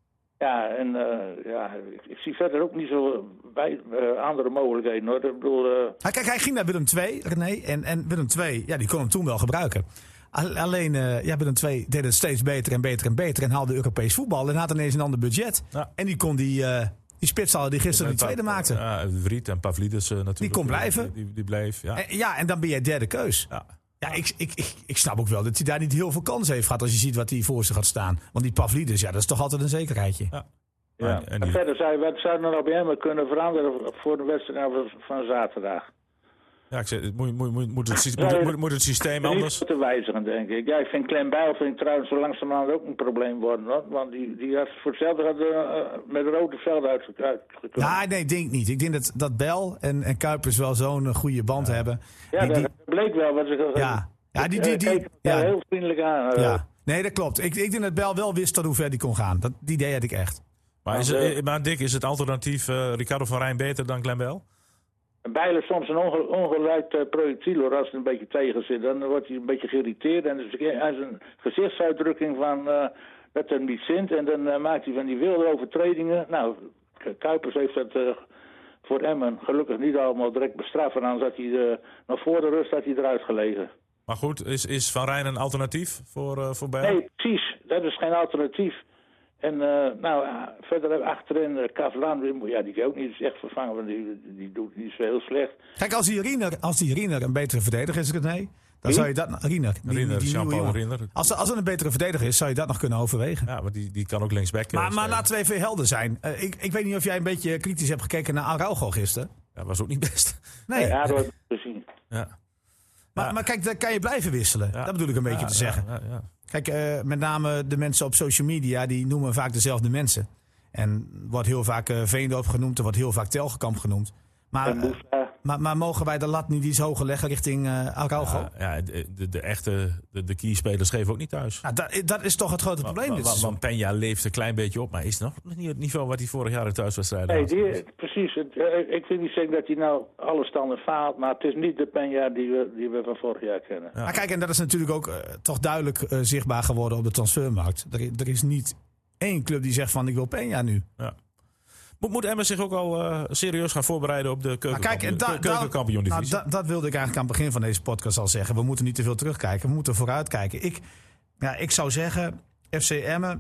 Ja, en uh, ja, ik, ik zie verder ook niet zo bij, uh, andere mogelijkheden, hoor. Ik bedoel... Uh... Ah, kijk, hij ging naar Willem twee, René, en, en Willem twee, ja, die kon hem toen wel gebruiken. Alleen, uh, ja, Willem twee deed het steeds beter en beter en beter en haalde Europees voetbal en had ineens een ander budget. Ja. En die kon die... Uh, Die spitshalen die gisteren die tweede maakte. Ja, Vriet en Pavlidis uh, natuurlijk. Die kon blijven. Die, die, die bleef, ja. En, ja, en dan ben jij derde keus. Ja, ja ik, ik, ik, ik snap ook wel dat hij daar niet heel veel kans heeft gehad als je ziet wat hij voor zich gaat staan. Want die Pavlidis, ja, dat is toch altijd een zekerheidje. Ja. Ja. Ja, en die... Verder zou je, wat zou er nog bij hem kunnen veranderen voor de wedstrijd van zaterdag? Ja, ik zeg, moet, moet, moet, moet, het, moet, moet, moet het systeem anders? Niet te wijzigen, denk ik. Ja, ik vind Clem Bijl vind ik trouwens zo langzamerhand ook een probleem worden. Hoor. Want die, die had voor hetzelfde had, uh, met rode veld uitgekomen. Ja, nee, ik denk niet. Ik denk dat, dat Bijl en, en Kuipers wel zo'n goede band ja. hebben. Ja, die, dat die... bleek wel. Wat ze, ja. ja, die... die, die, die ja. ja. heel vriendelijk aan. Uh. Ja. Nee, dat klopt. Ik, ik denk dat Bijl wel wist tot hoe ver die kon gaan. Dat, die idee had ik echt. Maar, is het, maar Dick, is het alternatief uh, Ricardo van Rijn beter dan Clem Bijl? Bijl is soms een onge ongelijk uh, projectiel, hoor. Als het een beetje tegen zit, dan wordt hij een beetje geïrriteerd. En dus hij is een gezichtsuitdrukking van uh, dat er niet zint. En dan uh, maakt hij van die wilde overtredingen. Nou, Kuipers heeft dat uh, voor Emmen gelukkig niet allemaal direct bestraffen. Anders had hij uh, nog voor de rust had hij eruit gelegen. Maar goed, is, is Van Rijn een alternatief voor, uh, voor Bijl? Nee, precies. Dat is geen alternatief. En uh, nou, uh, verder achterin uh, Kavlan, ja, die kan ook niet echt vervangen, want die, die doet niet zo heel slecht. Kijk, als die Riener, als die Riener een betere verdediger is, nee, dan Wie? zou je dat... Riener, die, Riener, die Jean-Paul Riener. Als, als er een betere verdediger is, zou je dat nog kunnen overwegen. Ja, maar die, die kan ook linksback. Maar, maar uh, laten we even helder zijn. Uh, ik, ik weet niet of jij een beetje kritisch hebt gekeken naar Araujo gisteren. Ja, was ook niet best. Nee. Ja, dat te zien. Ja. Maar, ja. maar kijk, dan kan je blijven wisselen. Ja. Dat bedoel ik een beetje ja, te zeggen. Ja, ja, ja. Kijk, uh, met name de mensen op social media, die noemen vaak dezelfde mensen. En wordt heel vaak uh, Veendorp genoemd, er wordt heel vaak Telgekamp genoemd. Maar, uh, maar, maar mogen wij de lat niet iets hoger leggen richting uh, Araujo? Ja, ja de, de, de echte de, de keyspelers geven ook niet thuis. Ja, dat, dat is toch het grote probleem. Want, want, want Peña leeft een klein beetje op, maar is nog niet het niveau wat hij vorig jaar in thuiswedstrijden nee, had. Die, precies. Het, uh, ik wil niet zeggen dat hij nou alle standen faalt, maar het is niet de Peña die we, die we van vorig jaar kennen. Ja. Maar kijk, en dat is natuurlijk ook uh, toch duidelijk uh, zichtbaar geworden op de transfermarkt. Er, er is niet één club die zegt van ik wil Peña nu. Ja. Moet, moet Emmen zich ook al uh, serieus gaan voorbereiden op de keukenkampioen-divisie? Nou, da, dat wilde ik eigenlijk aan het begin van deze podcast al zeggen. We moeten niet te veel terugkijken, we moeten vooruitkijken. Ik, ja, ik zou zeggen, F C Emmen,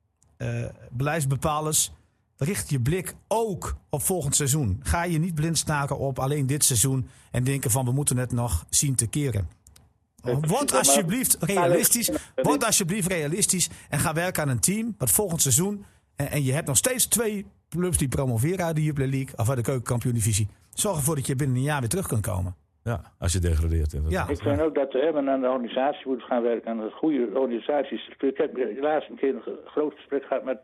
uh, beleidsbepalers, richt je blik ook op volgend seizoen. Ga je niet blind staren op alleen dit seizoen en denken van we moeten het nog zien te keren. Word alsjeblieft realistisch, word alsjeblieft realistisch en ga werken aan een team wat volgend seizoen, en, en je hebt nog steeds twee clubs die promoveren uit de Jupiler League of uit de keukenkampioen-divisie. Zorg ervoor dat je binnen een jaar weer terug kunt komen. Ja, als je degradeert. Ja. Ik vind ook dat de Emmen aan de organisatie moet gaan werken, aan een goede organisatiestructuur. Ik heb helaas een keer een groot gesprek gehad met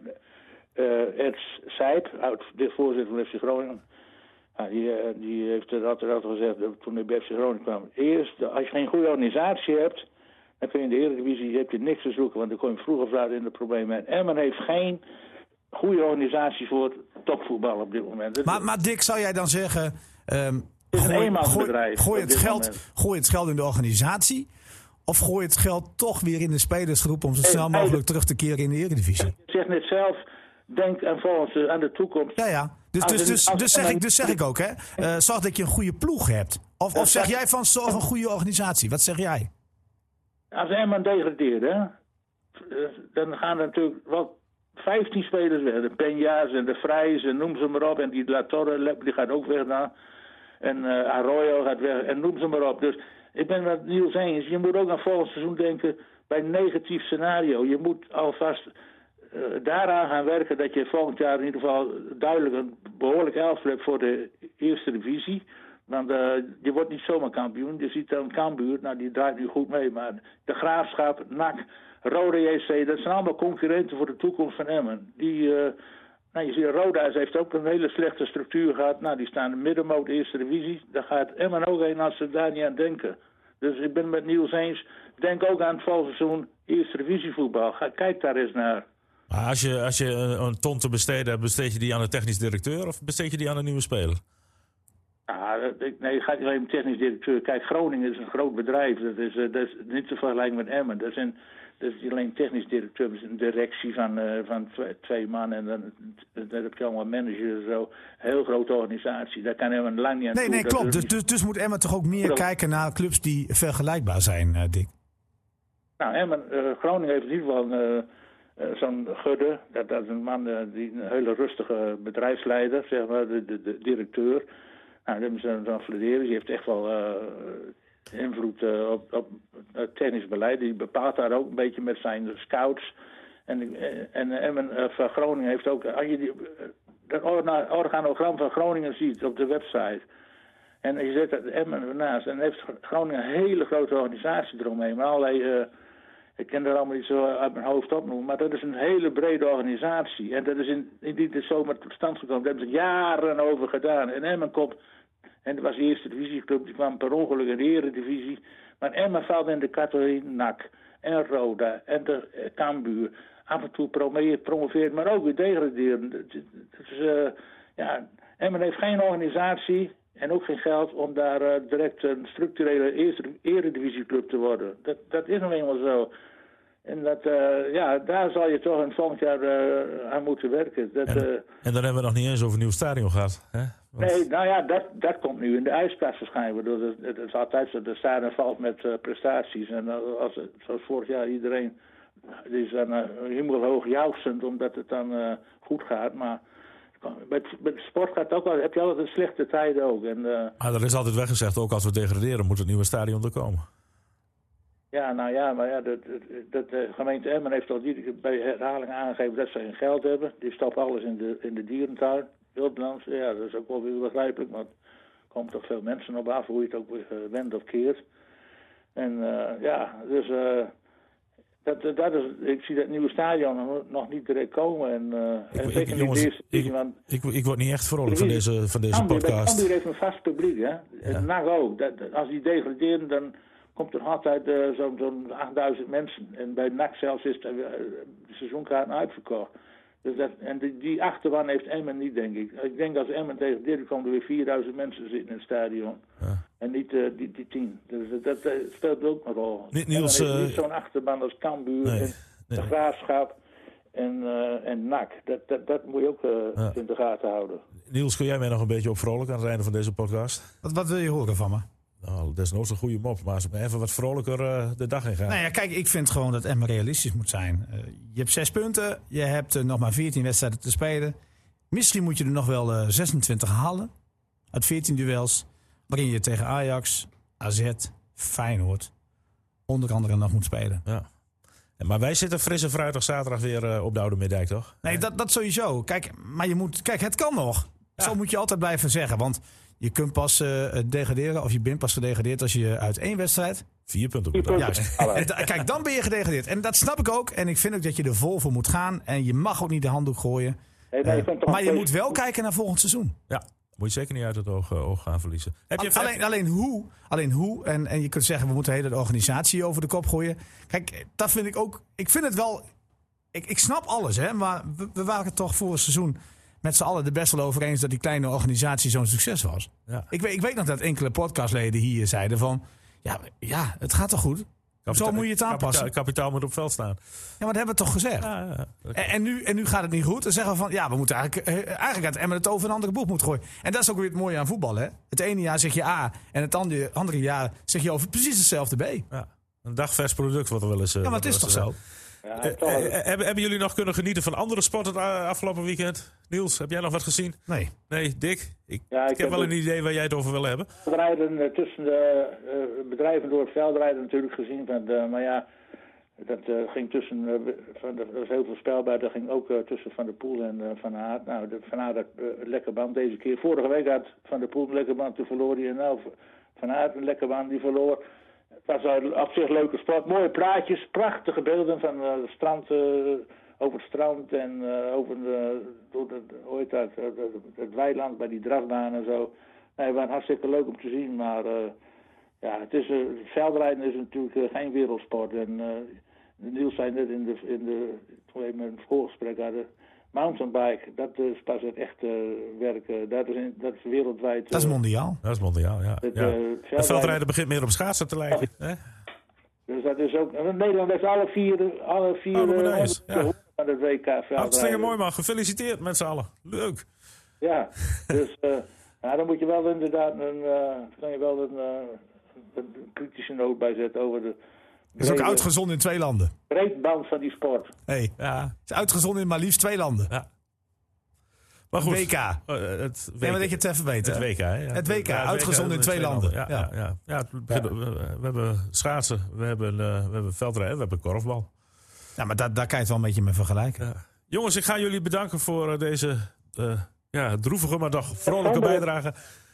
uh, Ed Sijp, oud voorzitter van F C Groningen. Ja, die, uh, die heeft er altijd, altijd gezegd, toen hij bij F C Groningen kwam. Eerst, als je geen goede organisatie hebt, dan kun je in de Eredivisie heb je niks te zoeken, want dan kom je vroeg of laat in de problemen. En Emmen heeft geen goede organisatie voor topvoetbal op dit moment. Maar, maar Dick, zou jij dan zeggen, um, het is een gooi, eenmansbedrijf. gooi, het geld, moment. gooi het geld in de organisatie, of gooi het geld toch weer in de spelersgroep om zo snel hey, mogelijk hey, terug te keren in de Eredivisie? Je zegt net zelf, denk aan, volgens, aan de toekomst. Ja, ja. Dus, dus, dus, dus, zeg, ik, dus zeg ik ook, hè. Uh, zorg dat je een goede ploeg hebt. Of, of zeg jij van, zorg een goede organisatie? Wat zeg jij? Als Emmen degradeert, hè. dan gaan er natuurlijk wel vijftien spelers weg. De Peña's en de Vrijs en noem ze maar op. En die La Torre, die gaat ook weg dan. En uh, Arroyo gaat weg en noem ze maar op. Dus ik ben het met Niels eens. Je moet ook aan volgend seizoen denken bij een negatief scenario. Je moet alvast uh, daaraan gaan werken dat je volgend jaar in ieder geval duidelijk een behoorlijk elftal hebt voor de eerste divisie. Want uh, je wordt niet zomaar kampioen. Je ziet dan Cambuur, nou die draait nu goed mee. Maar de Graafschap, N A C, Roda J C, dat zijn allemaal concurrenten voor de toekomst van Emmen. Die, uh, nou je ziet, Roda heeft ook een hele slechte structuur gehad. Nou, die staan in de middenmoot eerste divisie. Daar gaat Emmen ook heen als ze daar niet aan denken. Dus ik ben het met Niels eens. Denk ook aan het volgende seizoen eerste divisie voetbal. Ga, kijk daar eens naar. Maar als je, als je een, een ton te besteden hebt, besteed je die aan de technisch directeur of besteed je die aan een nieuwe speler? Ah, nee, je gaat niet alleen technisch directeur. Kijk, Groningen is een groot bedrijf. Dat is, uh, dat is niet te vergelijken met Emmen. Dat is, een, dat is niet alleen technisch directeur, dat is een directie van, uh, van twee, twee man. En dan, dan heb je allemaal managers en zo. Heel grote organisatie. Daar kan Emmen lang niet aan nee, toe. Nee, dat klopt. Dus, niet... dus, dus moet Emmen toch ook meer dat... kijken naar clubs die vergelijkbaar zijn, uh, Dick? Nou, Emmen, uh, Groningen heeft in ieder geval uh, uh, zo'n Gudde. Dat, dat is een man, uh, die een hele rustige bedrijfsleider, zeg maar, de, de, de directeur. Nou, dan hebben ze zo'n Flederis, die heeft echt wel uh, invloed uh, op, op het technisch beleid. Die bepaalt daar ook een beetje met zijn scouts. En, en Emmen uh, van Groningen heeft ook... Als je die, dat organogram van Groningen ziet op de website... en je zet dat Emmen ernaast... en heeft Groningen een hele grote organisatie eromheen. Maar allerlei... Uh, ik ken er allemaal niet zo uit mijn hoofd opnoemen... maar dat is een hele brede organisatie. En dat is in, in die zomer tot stand gekomen. Daar hebben ze jaren over gedaan. En Emmen komt... En dat was de eerste divisieclub, die kwam per ongeluk in de eredivisie. Maar Emmen valt in de categorie N A C en Roda en de uh, Cambuur. Af en toe promoveert, promoveert maar ook weer degraderen. Dus, uh, ja, Emmen heeft geen organisatie en ook geen geld om daar uh, direct een structurele eerste eredivisieclub te worden. Dat, dat is nog eenmaal zo. En dat, uh, ja, daar zal je toch in volgend jaar uh, aan moeten werken. Dat, en, uh, en dan hebben we nog niet eens over een nieuw stadion gehad. Hè? Want... Nee, nou ja, dat, dat komt nu in de ijsplaats waarschijnlijk. Het, het is altijd zo, de stadion valt met uh, prestaties. En uh, als, zoals vorig jaar iedereen, die is dan uh, hemelhoog juichend omdat het dan uh, goed gaat. Maar met, met sport gaat het ook wel, heb je altijd een slechte tijden ook. En, uh, maar er is altijd weggezegd, ook als we degraderen, moet het nieuwe stadion er komen. Ja, nou ja, maar ja, de, de, de, de gemeente Emmen heeft al die, bij herhaling aangegeven dat ze geen geld hebben. Die stoppen alles in de, in de dierentuin. Wildlands, ja, dat is ook wel weer begrijpelijk, maar er komen toch veel mensen op af, hoe je het ook weer uh, wendt of keert. En uh, ja, dus uh, dat, dat is, ik zie dat nieuwe stadion nog, nog niet direct komen. En, uh, en ik, ik, jongens, eerste, ik, want, ik, ik word niet echt vrolijk van deze, van deze Cambuur, podcast. Cambuur heeft een vast publiek, hè. Ja. N A C ook. Dat, als die degraderen, dan komt er altijd uh, zo'n zo'n achtduizend mensen. En bij N A C zelfs is de, uh, de seizoenkaart uitverkocht. Dus dat, en die, die achterban heeft Emmen niet, denk ik. Ik denk als Emmen tegen dit komen er weer vierduizend mensen zitten in het stadion. Ja. En niet uh, die, die tien. Dus dat, dat, dat speelt ook een rol. Niels, uh, niet uh, zo'n achterban als Cambuur nee, en nee. de Graafschap en, uh, en N A C. Dat, dat, dat moet je ook uh, ja. in de gaten houden. Niels, kun jij mij nog een beetje opvrolijken aan het einde van deze podcast? Wat, wat wil je horen van me? Nou, desnoods een goede mop, maar als we even wat vrolijker uh, de dag in gaan. Nou ja, kijk, ik vind gewoon dat Emmen realistisch moet zijn. Uh, je hebt zes punten, je hebt uh, nog maar veertien wedstrijden te spelen. Misschien moet je er nog wel uh, zesentwintig halen uit veertien duels. Waarin je tegen Ajax, A Z, Feyenoord onder andere nog moet spelen. Ja. Maar wij zitten fris en fruitig zaterdag weer uh, op de Oude Middijk, toch? Nee, dat, dat sowieso. Kijk, maar je moet, kijk, het kan nog. Ja. Zo moet je altijd blijven zeggen, want... Je kunt pas uh, degraderen, of je bent pas gedegradeerd als je uit één wedstrijd... Vier punten moet je Juist. Kijk, dan ben je gedegradeerd. En dat snap ik ook. En ik vind ook dat je er vol voor moet gaan. En je mag ook niet de handdoek gooien. Nee, nee, uh, maar je moet wel kijken naar volgend seizoen. Ja, moet je zeker niet uit het oog, uh, oog gaan verliezen. Heb je alleen, alleen hoe, alleen hoe en, en je kunt zeggen, we moeten de hele organisatie over de kop gooien. Kijk, dat vind ik ook... Ik vind het wel... Ik, ik snap alles, hè. Maar we, we waren toch voor het seizoen... met z'n allen er best wel over eens dat die kleine organisatie zo'n succes was. Ja. Ik, weet, ik weet nog dat enkele podcastleden hier zeiden van... Ja, ja het gaat toch goed? Kapita- Zo moet je het aanpassen. Kapitaal, kapitaal moet op veld staan. Ja, maar dat hebben we toch gezegd? Ja, ja, en, en, nu, en nu gaat het niet goed. Dan zeggen we van, ja, we moeten eigenlijk... Eigenlijk gaat Emmen het over een andere boeg moeten gooien. En dat is ook weer het mooie aan voetbal, hè? Het ene jaar zeg je A en het andere, andere jaar zeg je over precies hetzelfde B. Ja, een dagvers product wat er wel eens... Ja, maar het is toch zo? Ja, Eh, toch, eh, hebben, hebben jullie nog kunnen genieten van andere sporten het a- afgelopen weekend? Niels, heb jij nog wat gezien? Nee. Nee, Dick? Ik, Ja, ik, ik heb heb wel het- een idee waar jij het over wil hebben. rijden eh, tussen de eh, bedrijven door het veldrijden natuurlijk gezien. Van de, maar ja, dat eh, ging tussen, eh, van de, er was heel veel spelbaar. Dat ging ook eh, tussen Van der Poel en uh, Van Aert. Nou, de, Van Aert had uh, een lekker band deze keer. Vorige week had Van der Poel een lekker band, toen verloor hij. En nou, Van Aert een lekker band, die verloor. Het was uh, op zich leuke sport. Mooie praatjes, prachtige beelden van uh, het strand, uh, over het strand en uh, over de, door de, hoe heet dat, uh, de, het weiland bij die drafbaan en zo. Nee, het was hartstikke leuk om te zien, maar uh, ja, het is, uh, veldrijden is natuurlijk uh, geen wereldsport. En uh, Niels zei net in de, in de, toen we met een voorgesprek hadden, mountainbike, dat is pas het echte werk. Uh, dat, is in, dat is wereldwijd. Uh, Dat is mondiaal. Dat is mondiaal, ja. Het, ja. uh, Het veldrijden, veldrijden begint meer op schaatsen te lijken. Hè? dus dat is ook, in Nederland is alle vier, alle vier Oh, wat uh, nice, ja. van het W K veldrijden. Hartstikke mooi man, gefeliciteerd met z'n allen. Leuk. Ja, dus uh, nou, dan moet je wel inderdaad een, uh, kan je wel een, uh, een kritische noot bij zetten over de Het is ook brede- uitgezonden in twee landen. breedband van die sport. Hey, Ja, het is uitgezonden in maar liefst twee landen. ja. Maar goed. W K. eh, het W K. Nee, maar dat je het even weet. Het hè? W K, hè? Ja. Het W K, Ja, uitgezonden in twee landen. Ja, ja. Ja. Ja, ja. het begint- We, we hebben schaatsen, we hebben, uh, we hebben veldrijden, we hebben korfbal. Ja, maar daar, daar kan je het wel een beetje mee vergelijken. Ja. Jongens, ik ga jullie bedanken voor uh, deze uh, ja, droevige, maar toch vrolijke Zonder- bijdrage.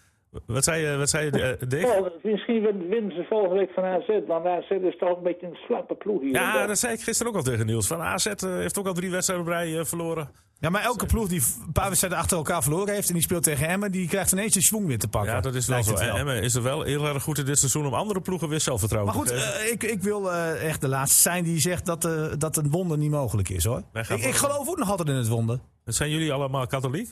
Wat zei je, wat zei je uh, Dick? Oh, misschien win- winnen ze volgende week van A Z, want A Z is toch een beetje een slappe ploeg hier. Ja, dat zei ik gisteren ook al tegen Niels. Van A Z uh, heeft ook al drie wedstrijden op rij uh, verloren. Ja, maar elke ploeg die een paar wedstrijden achter elkaar verloren heeft en die speelt tegen Emmen, die krijgt ineens de schwung weer te pakken. Ja, dat is wel Lijkt zo. het En Emmen is er wel heel erg goed in dit seizoen om andere ploegen weer zelfvertrouwen Maar goed, te geven. eh, ik, ik wil eh, echt de laatste zijn die zegt dat, eh, dat een wonder niet mogelijk is, hoor. Wij gaan Ik, ik voor- geloof ook nog altijd in het wonder. Zijn jullie allemaal katholiek?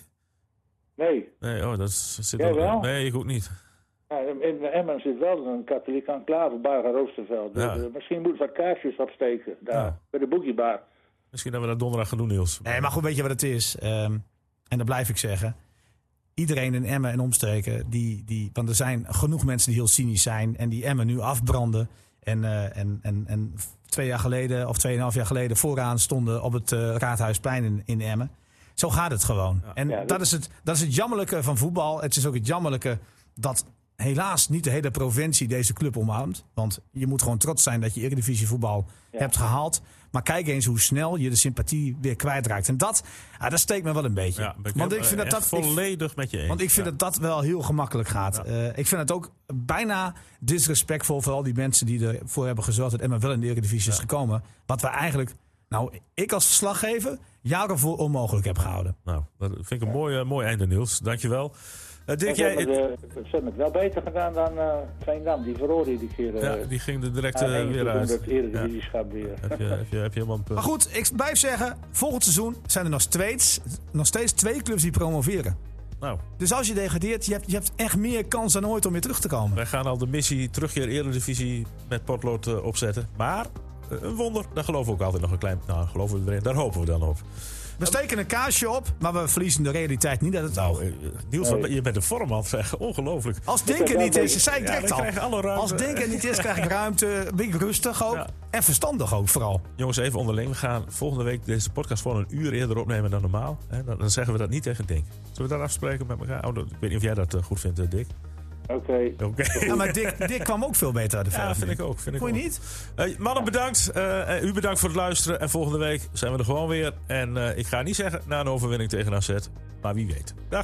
Nee, Nee, oh, dat is- zit Jij ook- wel? Nee, ik ook niet. ja, in Emmen zit wel een katholiek enclave, Barger Oosterveld. Dus, Ja. uh, misschien moet wat kaarsjes opsteken daar, Ja. bij de boekiebar. Misschien dat we dat donderdag gaan doen, Niels. Nee, maar goed, weet je wat het is? Ehm, en dat blijf ik zeggen. Iedereen in Emmen en omstreken, die, die, want er zijn genoeg mensen die heel cynisch zijn en die Emmen nu afbranden. En, eh, en, en, en twee jaar geleden of tweeënhalf jaar geleden vooraan stonden op het eh, Raadhuisplein in, in Emmen. Zo gaat het gewoon. En Ja, dat, dat- is het, dat is het jammerlijke van voetbal. Het is ook het jammerlijke dat helaas niet de hele provincie deze club omarmt. Want je moet gewoon trots zijn dat je Eredivisie voetbal Ja. hebt gehaald. Maar kijk eens hoe snel je de sympathie weer kwijtraakt. En dat, ah, dat steekt me wel een beetje. Ja, ben ik want heel- ik vind dat echt dat... ik- volledig met je eens. want ik vind Ja. dat dat wel heel gemakkelijk gaat. Ja. Eh, ik vind het ook bijna disrespectvol voor al die mensen die ervoor hebben gezorgd dat Emma wel in de Eredivisie is gekomen. Wat we eigenlijk, nou, ik als verslaggever, jaren voor onmogelijk heb gehouden. Nou, dat vind ik een mooi, uh, mooi einde, Niels. Dankjewel. Uh, Dick, En ze, jij... hebben het, uh, ze hebben het wel beter gedaan dan uh, Veendam, die verloor die keer. Uh, ja, die ging er direct aan uh, één weer seizoen uit. dat Eredivisieschap weer. Heb je, heb, je, heb je helemaal een punt. Maar goed, ik blijf zeggen, volgend seizoen zijn er nog steeds, nog steeds twee clubs die promoveren. Nou, Dus als je degradeert, je hebt, je hebt echt meer kans dan ooit om weer terug te komen. wij gaan al de missie terugkeer Eredivisie met potlood uh, opzetten. Maar uh, een wonder, daar geloven we ook altijd nog een klein... Nou, geloven we erin, daar hopen we dan op. We steken een kaarsje op, maar we verliezen de realiteit niet uit het oog. Nou, uh, Niels, Nee. je bent een vormman, zeg. Ongelooflijk. Als denken niet is, zei ik Ja, direct dan al. krijg je alle ruimte. Als denken niet is, krijg ik ruimte. Ben ik rustig ook. Ja. En verstandig ook vooral. Jongens, even onderling. We gaan volgende week deze podcast gewoon een uur eerder opnemen dan normaal. Hè, dan, dan zeggen we dat niet tegen Dick. Zullen we dat afspreken met elkaar? Oh, dat- ik weet niet of jij dat uh, goed vindt, uh, Dick. Oké. Oké. Ja, maar Dick, Dick kwam ook veel beter uit de verf. Ja, vind ik ook. Vind ik Vond je ook. niet? Uh, mannen, bedankt. Uh, uh, u bedankt voor het luisteren. En volgende week zijn we er gewoon weer. En uh, ik ga niet zeggen na een overwinning tegen A Z. Maar wie weet. Dag.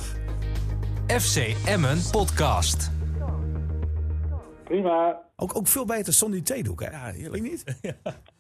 F C Emmen Podcast. Prima. Ook, ook veel beter zonder die theedoek, hè? Ja, heerlijk. Vind je niet?